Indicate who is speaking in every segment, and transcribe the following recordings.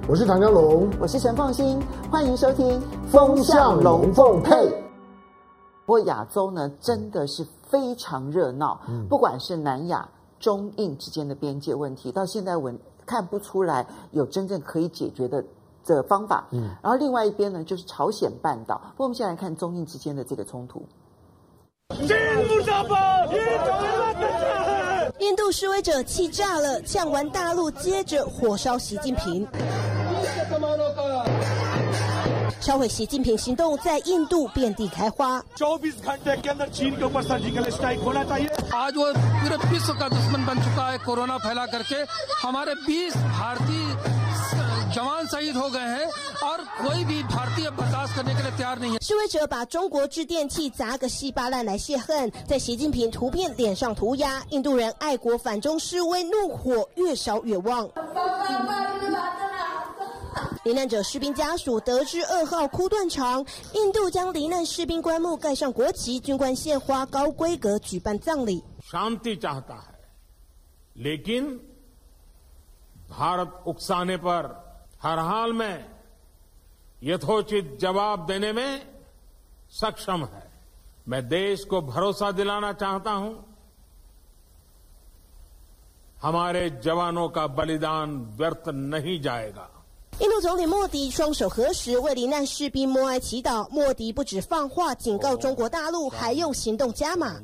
Speaker 1: 我是唐湘龙，
Speaker 2: 我是陈凤馨，欢迎收听风向龙凤配。不过亚洲呢，真的是非常热闹，不管是南亚、中印之间的边界问题，到现在我看不出来有真正可以解决的方法。然后另外一边呢，就是朝鲜半岛。不过我们现在来看中印之间的这个冲突。
Speaker 3: 印度示威者气炸了，呛完大陆，接着火烧习近平。烧毁习近平行动在印度遍地开花。
Speaker 4: आज वो पूरे विश्व का दुश्मन बन चुका है। कोरोना फैला करके हमारे 20 भारतीय जवान शहीद हो गए हैं और कोई भी भारतीय बर्दाश्त करने के लिए तैयार नहीं है。
Speaker 3: 示威者把中国制电器砸个稀巴烂来泄恨，在习近平图片脸上涂鸦。印度人爱国反中示威，怒火越烧越旺。罹难者士兵家属得知噩耗，哭断肠。印度将罹难士兵棺木盖上国旗，军官献花，高规格举办葬礼。
Speaker 5: शांति चाहता है, लेकिन भारत उकसाने पर हर हाल में यथोचित जवाब देने में सक्षम है। मैं देश को भरोसा दिलाना चाहता हूं, हमारे जवानों का बलिदान व्यर्थ नहीं जाएगा。
Speaker 3: 印度总理莫迪双手合十，为罹难士兵默哀祈祷。莫迪不止放话警告中国大陆，还用行动加码。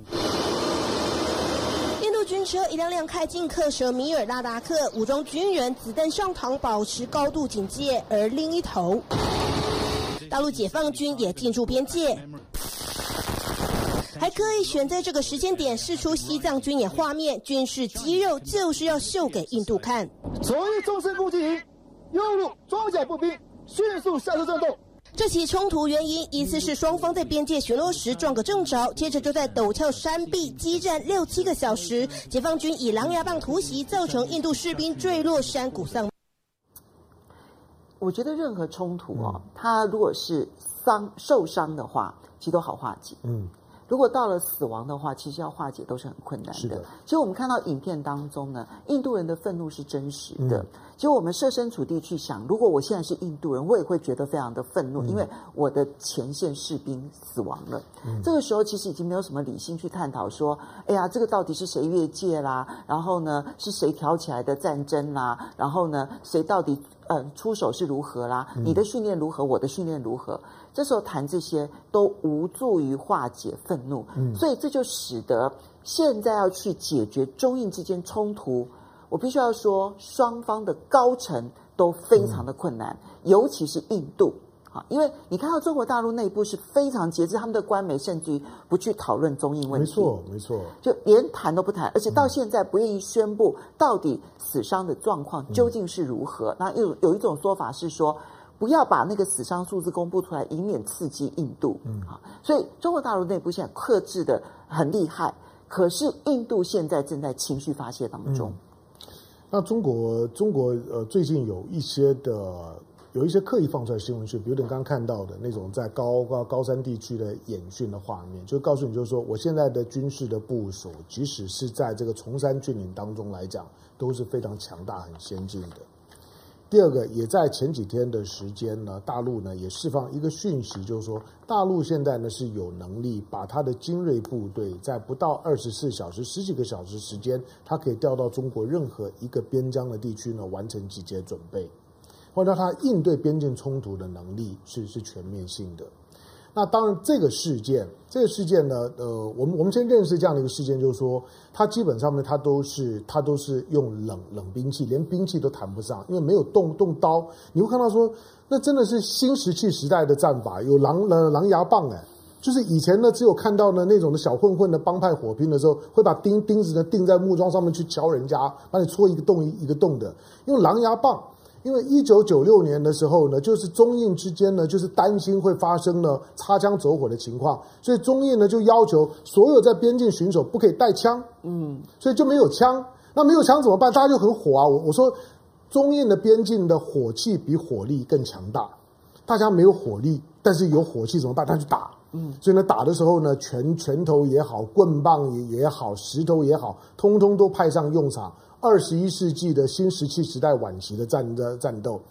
Speaker 3: 印度军车一辆辆开进克什米尔拉达克，武装军人子弹上膛，保持高度警戒。而另一头，大陆解放军也进驻边界，还刻意选在这个时间点释出西藏军演画面，军事肌肉就是要秀给印度看。
Speaker 1: 所谓纵深攻击营，右路装甲步兵迅速下车战斗。
Speaker 3: 这起冲突原因疑似是双方在边界巡逻时撞个正着，接着就在陡峭山壁激战6-7个小时，解放军以狼牙棒突袭，造成印度士兵坠落山谷丧。
Speaker 2: 我觉得任何冲突它如果是受伤的话，其实都好化解。如果到了死亡的话，其实要化解都是很困难的。其实我们看到影片当中呢，印度人的愤怒是真实的。其实我们设身处地去想，如果我现在是印度人，我也会觉得非常的愤怒，因为我的前线士兵死亡了。这个时候其实已经没有什么理性去探讨说，哎呀，这个到底是谁越界啦？然后呢，是谁挑起来的战争啦？然后呢，谁到底出手是如何啦？你的训练如何？我的训练如何？这时候谈这些都无助于化解愤怒，所以这就使得现在要去解决中印之间冲突，我必须要说双方的高层都非常的困难，尤其是印度。因为你看到中国大陆内部是非常节制，他们的官媒甚至于不去讨论中印问题，
Speaker 1: 没错，
Speaker 2: 就连谈都不谈，而且到现在不愿意宣布到底死伤的状况究竟是如何。那有一种说法是说，不要把那个死伤数字公布出来，以免刺激印度。所以中国大陆内部现在克制的很厉害，可是印度现在正在情绪发泄当中。
Speaker 1: 那中国最近有一些刻意放出来新闻讯，比如你刚刚看到的那种在高山地区的演训的画面，就告诉你就是说，我现在的军事的部署，即使是在这个崇山峻岭当中来讲，都是非常强大、很先进的。第二个，也在前几天的时间呢，大陆呢也释放一个讯息，就是说，大陆现在呢是有能力把它的精锐部队在不到24小时、10几个小时时间，它可以调到中国任何一个边疆的地区呢，完成集结准备。或者它应对边境冲突的能力是全面性的。那当然，这个事件呢，我们先认识这样的一个事件，就是说，它基本上面它都是用冷兵器，连兵器都谈不上，因为没有动刀。你会看到说，那真的是新石器时代的战法，有狼牙棒就是以前呢，只有看到呢那种的小混混的帮派火拼的时候，会把钉子呢钉在木桩上面去敲人家，把你戳一个洞一个洞的，用狼牙棒。因为1996年的时候呢，就是中印之间呢，就是担心会发生呢擦枪走火的情况，所以中印呢就要求所有在边境巡守不可以带枪，所以就没有枪。那没有枪怎么办？大家就很火啊！我说中印的边境的火器比火力更强大，大家没有火力，但是有火器怎么办？大家去打。所以呢，打的时候呢，拳头也好，棍棒也好，石头也好，通通都派上用场。21世纪的新石器时代晚期的战斗，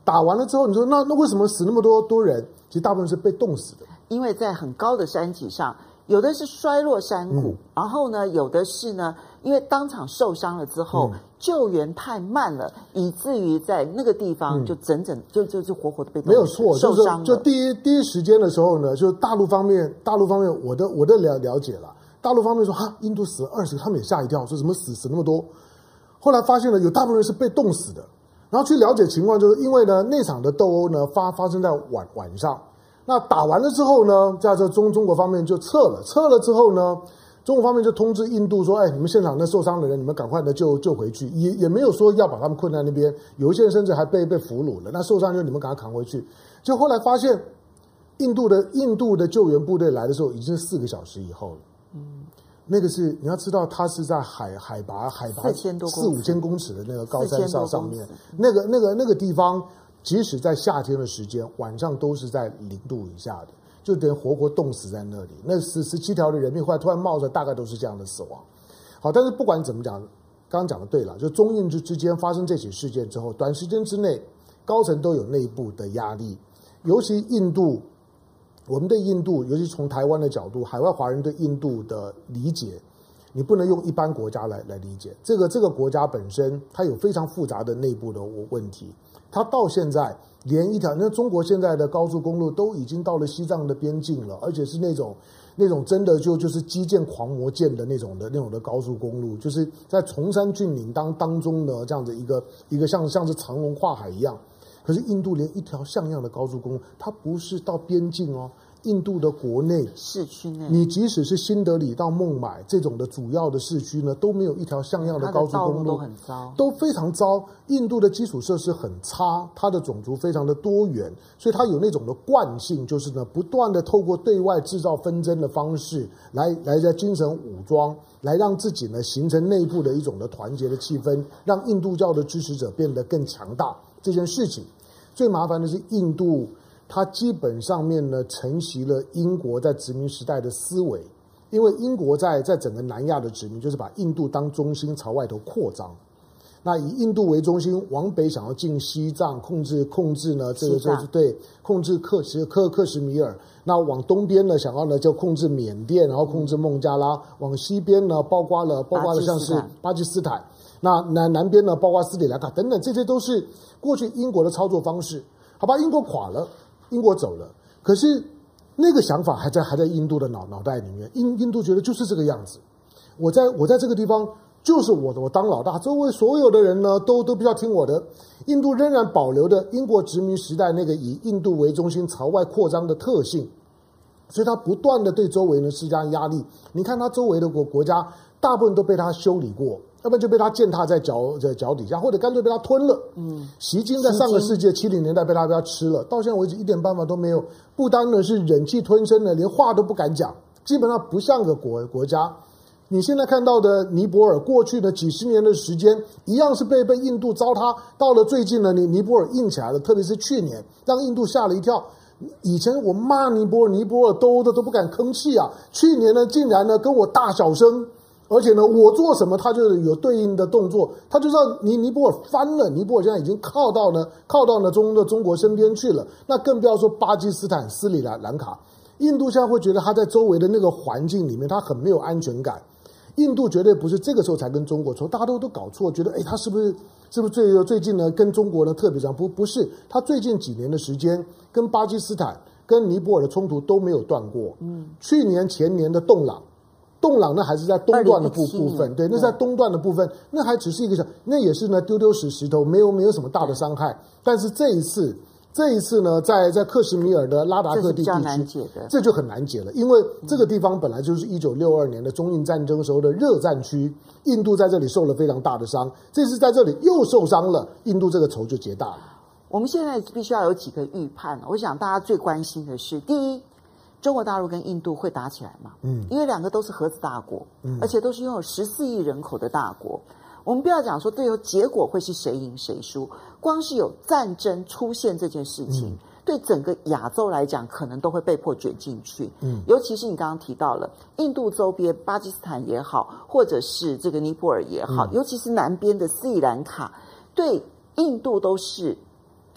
Speaker 1: 打完了之后，你说那为什么死那么多人？其实大部分是被冻死的，
Speaker 2: 因为在很高的山脊上，有的是衰落山谷，然后呢，有的是呢，因为当场受伤了之后，救援太慢了，以至于在那个地方就整整就活活的被冻死，
Speaker 1: 没有错，
Speaker 2: 受伤了。
Speaker 1: 就第一时间的时候呢，就大陆方面我的了解了，大陆方面说哈，印度死了20个，他们也吓一跳，说怎么死那么多？后来发现了有大部分人是被冻死的，然后去了解情况，就是因为呢那场的斗殴呢发生在晚上，那打完了之后呢，在这中国方面就撤了之后呢，中国方面就通知印度说，哎，你们现场那受伤的人，你们赶快的救回去，也没有说要把他们困在那边，有一些人甚至还被俘虏了，那受伤就你们赶快扛回去。就后来发现，印度的救援部队来的时候已经是4个小时以后了。那个是你要知道，它是在海拔
Speaker 2: 4000多
Speaker 1: 4、5千公尺的那个高山上面，那个地方，即使在夏天的时间，晚上都是在0度以下的，就等于活活冻死在那里。那17条的人命，后来突然冒着，大概都是这样的死亡。好，但是不管怎么讲，刚刚讲的对了，就中印之间发生这起事件之后，短时间之内，高层都有内部的压力，尤其印度。我们对印度，尤其从台湾的角度，海外华人对印度的理解，你不能用一般国家来理解。这个国家本身，它有非常复杂的内部的问题。它到现在连一条，那中国现在的高速公路都已经到了西藏的边境了，而且是那种真的就是基建狂魔建的那种的高速公路，就是在崇山峻岭当中呢，这样子一个像是长龙跨海一样。可是印度连一条像样的高速公路，它不是到边境哦，印度的国内
Speaker 2: 市区内，
Speaker 1: 你即使是新德里到孟买这种的主要的市区呢，都没有一条像样的高速公路，
Speaker 2: 都很糟，
Speaker 1: 都非常糟。印度的基础设施很差，它的种族非常的多元，所以它有那种的惯性，就是呢不断的透过对外制造纷争的方式，来在精神武装，来让自己呢形成内部的一种的团结的气氛，让印度教的支持者变得更强大。这件事情最麻烦的是印度。它基本上面呢承袭了英国在殖民时代的思维，因为英国在整个南亚的殖民就是把印度当中心朝外头扩张，那以印度为中心往北想要进西藏，控制呢这个就是对控制克什米尔，那往东边呢想要呢就控制缅甸，然后控制孟加拉，往西边呢包括了像是巴基斯坦，那南边呢包括斯里兰卡等等，这些都是过去英国的操作方式。好吧，英国垮了。英国走了，可是那个想法还在印度的脑袋里面。印度觉得就是这个样子，我在这个地方就是我当老大，周围所有的人呢都必须要听我的。印度仍然保留的英国殖民时代那个以印度为中心朝外扩张的特性，所以他不断的对周围呢施加压力。你看他周围的国家大部分都被他修理过，要不然就被他践踏在脚底下，或者干脆被他吞了。习金在上个世纪70年代被他吃了，到现在为止一点办法都没有。不单呢是忍气吞声的，连话都不敢讲，基本上不像个国家。你现在看到的尼泊尔，过去的几十年的时间，一样是被印度糟蹋。到了最近呢，尼泊尔硬起来了，特别是去年，让印度吓了一跳。以前我骂尼泊尔都不敢吭气啊，去年呢竟然呢跟我大小声。而且呢，我做什么，他就有对应的动作，他就让尼泊尔翻了。尼泊尔现在已经靠到中国身边去了，那更不要说巴基斯坦、斯里兰卡。印度现在会觉得他在周围的那个环境里面，他很没有安全感。印度绝对不是这个时候才跟中国冲，大家都搞错，觉得他是不是最近呢跟中国呢特别这样？不是，他最近几年的时间跟巴基斯坦、跟尼泊尔的冲突都没有断过。去年前年的洞朗呢还是在东段的部分，对，那是在东段的部分，那还只是一个那也是呢丢石头，没有什么大的伤害。但是这一次呢，在克什米尔的拉达克地区，这就很难解了，因为这个地方本来就是1962年的中印战争时候的热战区，印度在这里受了非常大的伤，这次在这里又受伤了，印度这个仇就结大了。
Speaker 2: 我们现在必须要有几个预判，我想大家最关心的是，第一，中国大陆跟印度会打起来吗？因为两个都是核子大国，而且都是拥有14亿人口的大国。我们不要讲说最后结果会是谁赢谁输，光是有战争出现这件事情，对整个亚洲来讲，可能都会被迫卷进去。尤其是你刚刚提到了印度周边，巴基斯坦也好，或者是这个尼泊尔也好，尤其是南边的斯里兰卡，对印度都是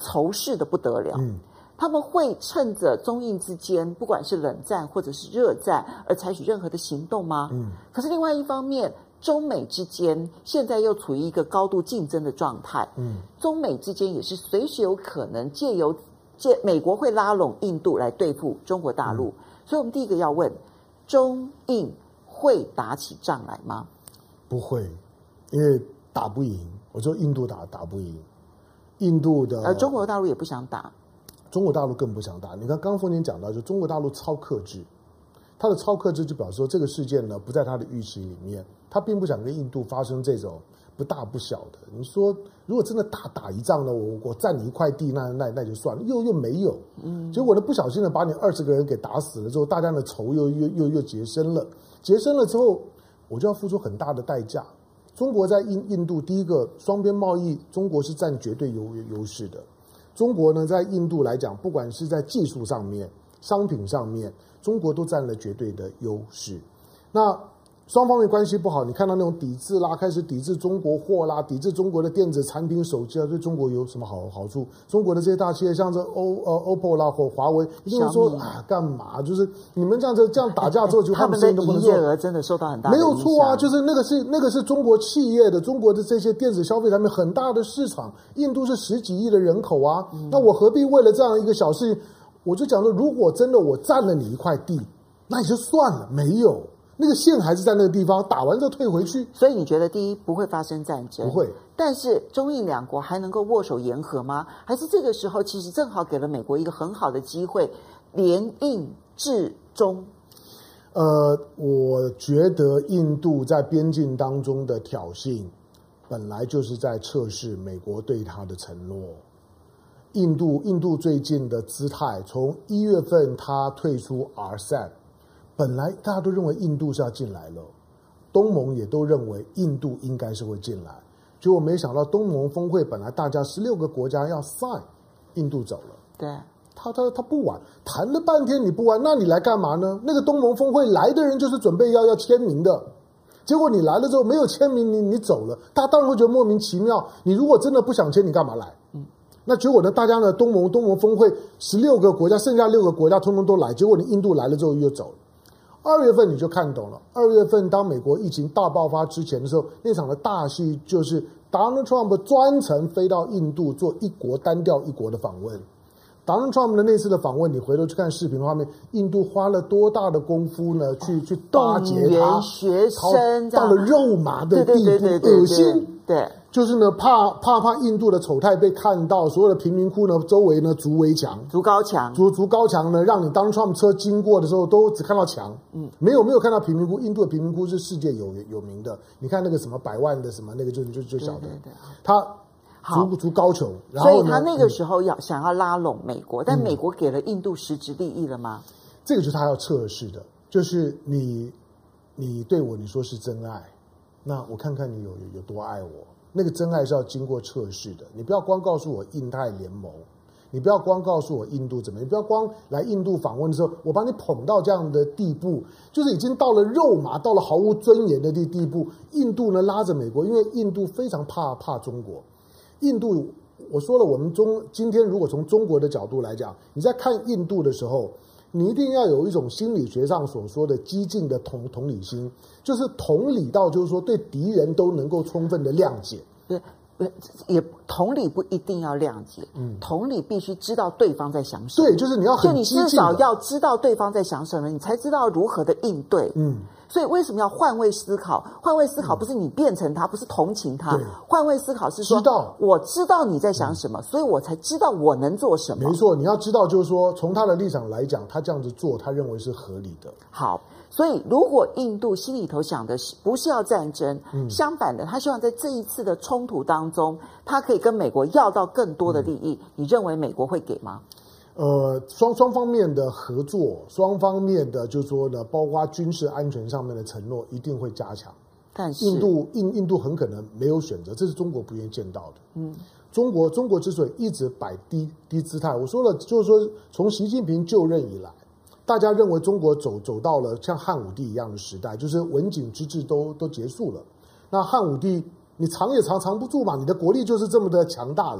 Speaker 2: 仇视的不得了。他们会趁着中印之间不管是冷战或者是热战而采取任何的行动吗？可是另外一方面，中美之间现在又处于一个高度竞争的状态。中美之间也是随时有可能借美国会拉拢印度来对付中国大陆。所以我们第一个要问，中印会打起仗来吗？
Speaker 1: 不会，因为打不赢。我说印度打不赢，印度的
Speaker 2: 中国大陆也不想打。
Speaker 1: 中国大陆更不想打。你看，刚刚凤姐讲到，就中国大陆超克制，他的超克制就表示说这个事件呢不在他的预期里面，他并不想跟印度发生这种不大不小的。你说如果真的打一仗呢，我占你一块地，那就算了，又没有，结果呢不小心的把你20个人给打死了之后，大家的仇又结深了，结深了之后，我就要付出很大的代价。中国在印度第一个双边贸易，中国是占绝对优势的。中国呢，在印度来讲，不管是在技术上面、商品上面，中国都占了绝对的优势。那双方面关系不好，你看到那种抵制啦，开始抵制中国货啦，抵制中国的电子产品、手机啊，对中国有什么好处？中国的这些大企业，像这OPPO 啦或华为，一定会说啊，干嘛？就是你们这样打架之后，就
Speaker 2: 他们的营业额真的受到很大的
Speaker 1: 影响。没有错啊，就是那个是中国企业的，中国的这些电子消费产品很大的市场。印度是10几亿的人口啊，那我何必为了这样一个小事情？我就讲说，如果真的我占了你一块地，那也就算了，没有。那个线还是在那个地方，打完之后退回去。
Speaker 2: 所以你觉得第一不会发生战争？
Speaker 1: 不会。但
Speaker 2: 是中印两国还能够握手言和吗？还是这个时候其实正好给了美国一个很好的机会，联印制中？
Speaker 1: 我觉得印度在边境当中的挑衅，本来就是在测试美国对他的承诺。印度最近的姿态，从1月份他退出 RCEP。本来大家都认为印度是要进来了，东盟也都认为印度应该是会进来，结果没想到东盟峰会本来大家16个国家要 sign， 印度走了。
Speaker 2: 对，
Speaker 1: 他不玩，谈了半天你不玩，那你来干嘛呢？那个东盟峰会来的人就是准备要签名的，结果你来了之后没有签名，你走了，大家当然会觉得莫名其妙。你如果真的不想签，你干嘛来？那结果呢？大家呢，东盟峰会16个国家，剩下6个国家通通都来，结果你印度来了之后又走了。2月份你就看懂了。2月份当美国疫情大爆发之前的时候，那场的大戏就是 Donald Trump 专程飞到印度做一国单调一国的访问。Donald Trump 的那次的访问，你回头去看视频的画面，印度花了多大的功夫呢？去巴结他，
Speaker 2: 学生
Speaker 1: 到了肉麻的地步，恶心。
Speaker 2: 对，
Speaker 1: 就是呢，怕印度的丑态被看到，所有的贫民窟呢周围呢筑围墙、
Speaker 2: 筑高墙
Speaker 1: 呢，让你当 Trump 车经过的时候都只看到墙，没有看到贫民窟。印度的贫民窟是世界有名的，你看那个什么100万的什么那个就晓得，他筑高墙，然后
Speaker 2: 所以他那个时候想要拉拢美国，但美国给了印度实质利益了吗？
Speaker 1: 这个就是他要测试的，就是你对我你说是真爱。那我看看你有多爱我，那个真爱是要经过测试的。你不要光告诉我印太联盟，你不要光告诉我印度怎么样，你不要光来印度访问的时候，我把你捧到这样的地步，就是已经到了肉麻，到了毫无尊严的地步。印度呢拉着美国，因为印度非常怕中国。印度，我说了，我们今天如果从中国的角度来讲，你在看印度的时候，你一定要有一种心理学上所说的激进的同理心，就是同理到就是说对敌人都能够充分的谅解。
Speaker 2: 对，也同理不一定要谅解，同理必须知道对方在想什么。
Speaker 1: 对，就是你要很激进的，
Speaker 2: 就你至少要知道对方在想什么，你才知道如何的应对。所以为什么要换位思考？换位思考不是你变成他，不是同情他，换位思考是说我知道你在想什么，所以我才知道我能做什么。
Speaker 1: 没错，你要知道就是说从他的立场来讲，他这样子做他认为是合理的。
Speaker 2: 好，所以如果印度心里头想的是不是要战争，相反的他希望在这一次的冲突当中他可以跟美国要到更多的利益，你认为美国会给吗？
Speaker 1: 双方面的合作，双方面的就是说呢，包括军事安全上面的承诺一定会加强。
Speaker 2: 但是
Speaker 1: 印度很可能没有选择，这是中国不愿意见到的。中国之所以一直摆低姿态，我说了，就是说从习近平就任以来，大家认为中国走到了像汉武帝一样的时代，就是文景之治都结束了。那汉武帝你藏也藏不住嘛，你的国力就是这么的强大了。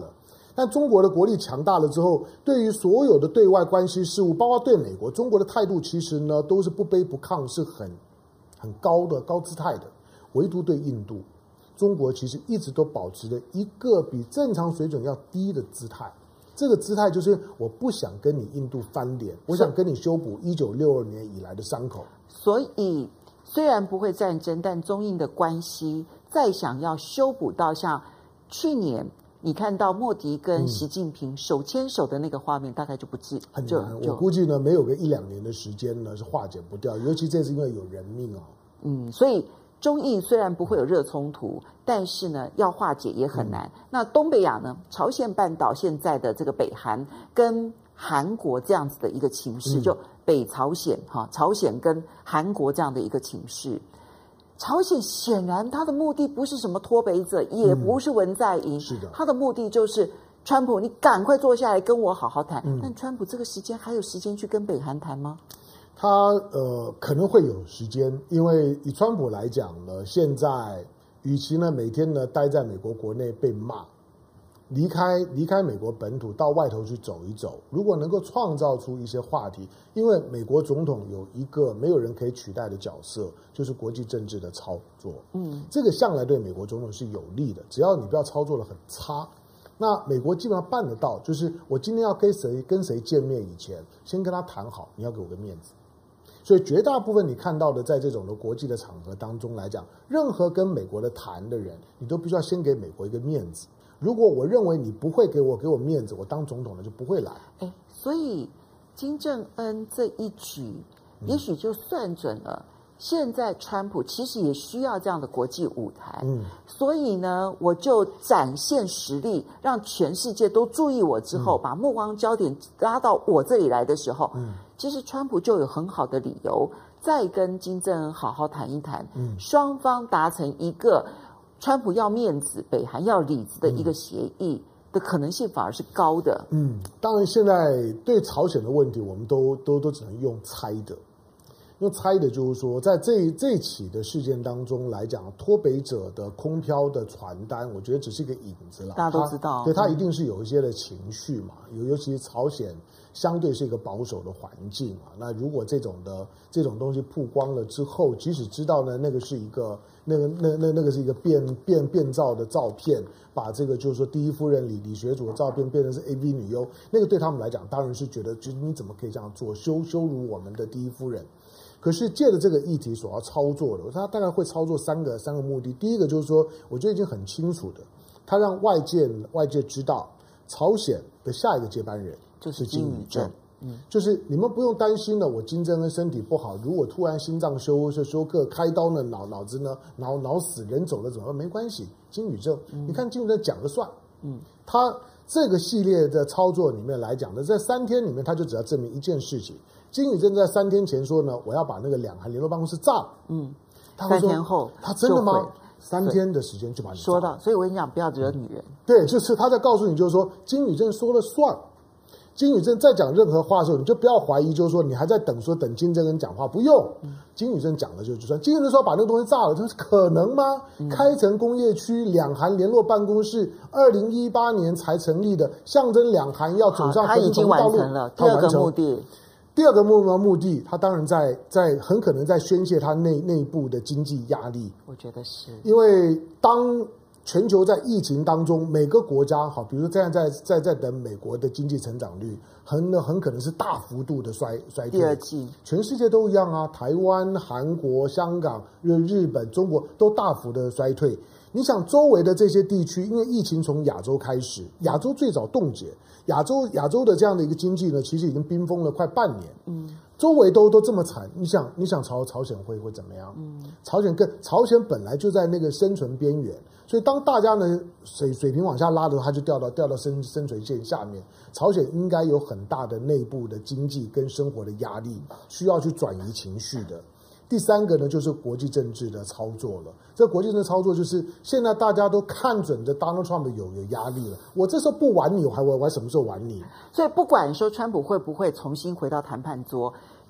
Speaker 1: 但中国的国力强大了之后，对于所有的对外关系事务，包括对美国，中国的态度其实呢都是不卑不亢，是很高姿态的。唯独对印度，中国其实一直都保持着一个比正常水准要低的姿态。这个姿态就是我不想跟你印度翻脸，我想跟你修补1962年以来的伤口。
Speaker 2: 所以虽然不会战争，但中印的关系再想要修补到像去年你看到莫迪跟习近平手牵手的那个画面，大概就不至
Speaker 1: 很难。我估计呢，没有个1-2年的时间呢是化解不掉，尤其这是因为有人命哦。
Speaker 2: 所以中印虽然不会有热冲突，但是呢，要化解也很难。那东北亚呢？朝鲜半岛现在的这个北韩跟韩国这样子的一个情势，就北朝鲜朝鲜跟韩国这样的一个情势。朝鲜显然他的目的不是什么脱北者，也不是文在寅，
Speaker 1: 是的，
Speaker 2: 他的目的就是川普，你赶快坐下来跟我好好谈。但川普这个时间还有时间去跟北韩谈吗？
Speaker 1: 他可能会有时间，因为以川普来讲呢，现在与其呢每天呢待在美国国内被骂，离开美国本土到外头去走一走，如果能够创造出一些话题，因为美国总统有一个没有人可以取代的角色，就是国际政治的操作。这个向来对美国总统是有利的，只要你不要操作得很差。那美国基本上办得到，就是我今天要跟谁见面以前，先跟他谈好，你要给我个面子。所以绝大部分你看到的，在这种的国际的场合当中来讲，任何跟美国的谈的人，你都必须要先给美国一个面子。如果我认为你不会给我面子，我当总统的就不会来。
Speaker 2: 所以金正恩这一局，也许就算准了。现在川普其实也需要这样的国际舞台，所以呢，我就展现实力，让全世界都注意我之后，把目光焦点拉到我这里来的时候，其实川普就有很好的理由再跟金正恩好好谈一谈，双方达成一个川普要面子，北韩要里子的一个协议的可能性反而是高的。
Speaker 1: 当然现在对朝鲜的问题，我们都只能用猜的。用猜的就是说，在这起的事件当中来讲，脱北者的空飘的传单，我觉得只是一个影子啦。
Speaker 2: 大家都知道，
Speaker 1: 对，他一定是有一些的情绪嘛，尤其朝鲜相对是一个保守的环境嘛。那如果这种东西曝光了之后，即使知道呢，那个是一个那个是一个变造的照片，把这个就是说第一夫人李学祖的照片变成是 AV 女优，那个对他们来讲当然是觉得你怎么可以这样做，羞辱我们的第一夫人。可是借着这个议题所要操作的，他大概会操作三个目的。第一个就是说，我觉得已经很清楚的，他让外界知道，朝鲜的下一个接班人就是金宇正。就是你们不用担心了，我金正恩身体不好，如果突然心脏休克开刀呢，脑子呢脑死，人走了怎么办？没关系，金宇正，你看金宇正讲了算。他这个系列的操作里面来讲的，在3天里面，他就只要证明一件事情。金宇正在3天前说呢，我要把那个两韩联络办公室炸了。他会说
Speaker 2: 3天后，
Speaker 1: 他真的吗？3天的时间就把你炸了。
Speaker 2: 说到，所以我跟你讲，不要惹女人。
Speaker 1: 对，就是他在告诉你，就是说金宇正说了算。金宇正在讲任何话的时候，你就不要怀疑，就是说你还在等金正恩讲话，不用。金宇正讲的就算。金宇正说把那个东西炸了，这是可能吗？开城工业区两韩联络办公室2018年才成立的，象征两韩要走上
Speaker 2: 他已经完成了第二个目的。
Speaker 1: 第二个目的，他当然在很可能在宣泄他内部的经济压力。
Speaker 2: 我觉得是，
Speaker 1: 因为当全球在疫情当中，每个国家好，比如说在等美国的经济成长率，很可能是大幅度的衰退。
Speaker 2: 第二季，
Speaker 1: 全世界都一样啊，台湾、韩国、香港、日本、中国都大幅的衰退。你想周围的这些地区，因为疫情从亚洲开始，亚洲最早冻结，亚洲的这样的一个经济呢，其实已经冰封了快半年。周围都这么惨，你想朝鲜会怎么样？朝鲜本来就在那个生存边缘，所以当大家呢水平往下拉的时候，它就掉到生存线下面。朝鲜应该有很大的内部的经济跟生活的压力，需要去转移情绪的。第三个呢，就是国际政治的操作了。这国际政治操作就是现在大家都看准的 Donald Trump 有压力了。我这时候不玩你，我还什么时候玩你？
Speaker 2: 所以不管说川普会不会重新回到谈判桌，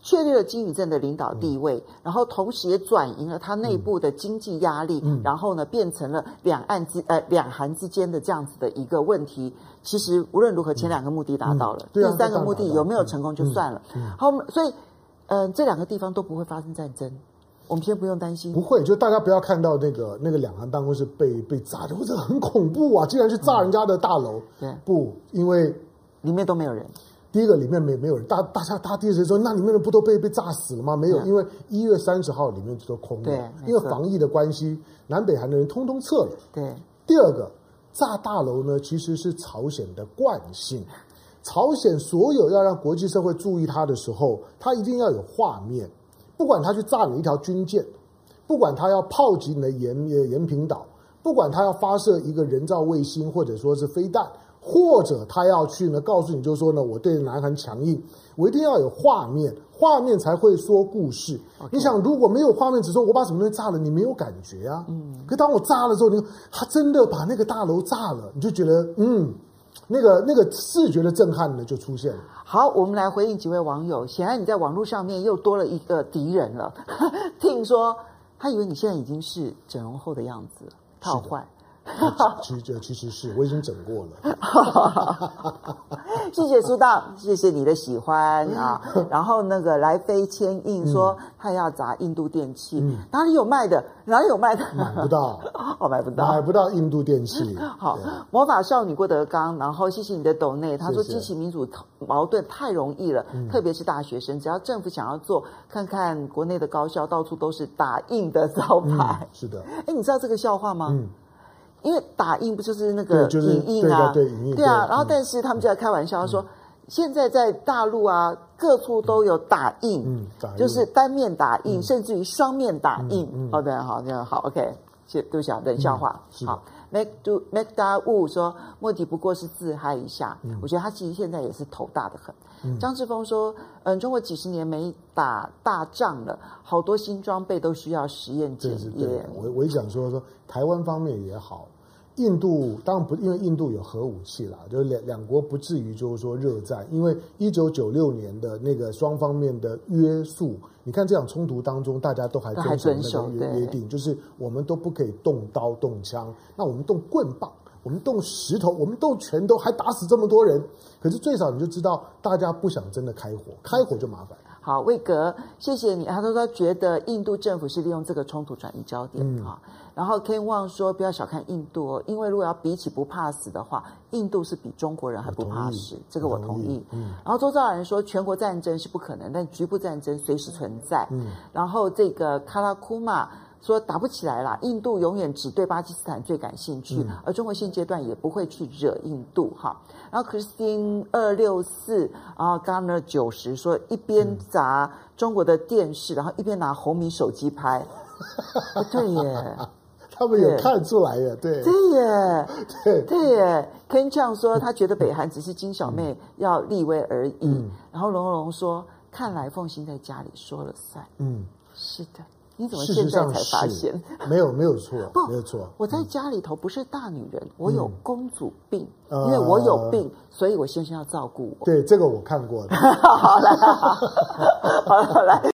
Speaker 2: 确立了金与正的领导地位，然后同时也转移了它内部的经济压力，然后呢变成了两韩之间的这样子的一个问题。其实无论如何，前2个目的达到了，第3个目的有没有成功就算了。好，所以这2个地方都不会发生战争。我们先不用担心，
Speaker 1: 不会，就大家不要看到那个两韩办公室被炸的，或者很恐怖啊，竟然去炸人家的大楼。
Speaker 2: 对，
Speaker 1: 不，因为
Speaker 2: 里面都没有人。
Speaker 1: 第一个里面没有人，大家第一时间说，那里面的不都被炸死了吗？没有，因为1月30号里面都空了，
Speaker 2: 对，
Speaker 1: 因为防疫的关系，南北韩的人通通撤了。
Speaker 2: 对，
Speaker 1: 第二个炸大楼呢，其实是朝鲜的惯性。朝鲜所有要让国际社会注意它的时候，它一定要有画面。不管他去炸你一条军舰，不管他要炮击你的延平岛，不管他要发射一个人造卫星或者说是飞弹，或者他要去呢告诉你就是说呢我对南韩强硬，我一定要有画面，画面才会说故事。你想如果没有画面，只说我把什么东西炸了，你没有感觉啊。可当我炸了之后，你说他真的把那个大楼炸了，你就觉得那个视觉的震撼呢就出现了。
Speaker 2: 好，我们来回应几位网友。显然你在网络上面又多了一个敌人了。听说他以为你现在已经是整容后的样子，他好坏。
Speaker 1: 其实是我已经整过了。
Speaker 2: 谢谢苏大，谢谢你的喜欢啊。然后那个来飞牵印说他要砸印度电器，哪里有卖的？哪里有卖的？
Speaker 1: 买不到，
Speaker 2: 买不到，
Speaker 1: 买不到印度电器。
Speaker 2: 好，魔法少女郭德纲，然后谢谢你的抖内，他说激起民主矛盾太容易了，特别是大学生，只要政府想要做，看看国内的高校到处都是打印的招牌。
Speaker 1: 是的，
Speaker 2: 哎，你知道这个笑话吗？因为打印不就是那个影印
Speaker 1: 啊？对，影印。
Speaker 2: 对啊，然后但是他们就在开玩笑说，现在在大陆啊，各处都有打印，就是单面打印，甚至于双面打印。好的，好，这样好 ，OK。对不起啊，冷笑话。好 ，Macda Wu 说莫迪不过是自嗨一下，我觉得他其实现在也是头大的很。张志峰说，中国几十年没打大仗了，好多新装备都需要实验检验。
Speaker 1: 我讲说台湾方面也好。印度当然不，因为印度有核武器啦，就是两国不至于就是说热战。因为1996年的那个双方面的约束，你看这场冲突当中，大家都还遵守那个约定，就是我们都不可以动刀动枪，那我们动棍棒，我们动石头，我们动拳头，还打死这么多人。可是最少你就知道，大家不想真的开火，开火就麻烦。
Speaker 2: 好，魏格，谢谢你。他说觉得印度政府是利用这个冲突转移焦点啊。然后 Ken Wang 说不要小看印度哦，因为如果要比起不怕死的话，印度是比中国人还不怕死，这个我同意。然后周遭人说全国战争是不可能，但局部战争随时存在。然后这个卡拉库玛说打不起来啦，印度永远只对巴基斯坦最感兴趣，而中国现阶段也不会去惹印度哈。然后 Christine 264啊 Garner 90说一边砸中国的电视，然后一边拿红米手机拍，对耶。
Speaker 1: 他们有看出来耶，对
Speaker 2: 耶，对耶。Ken Chang 说他觉得北韩只是金小妹要立威而已，然后龙龙说看来凤欣在家里说了算。是的。你怎么现在才发现？
Speaker 1: 没有错，没有错。
Speaker 2: 我在家里头不是大女人，我有公主病，因为我有病，所以我先生要照顾我。
Speaker 1: 对，这个我看过的。
Speaker 2: 好来。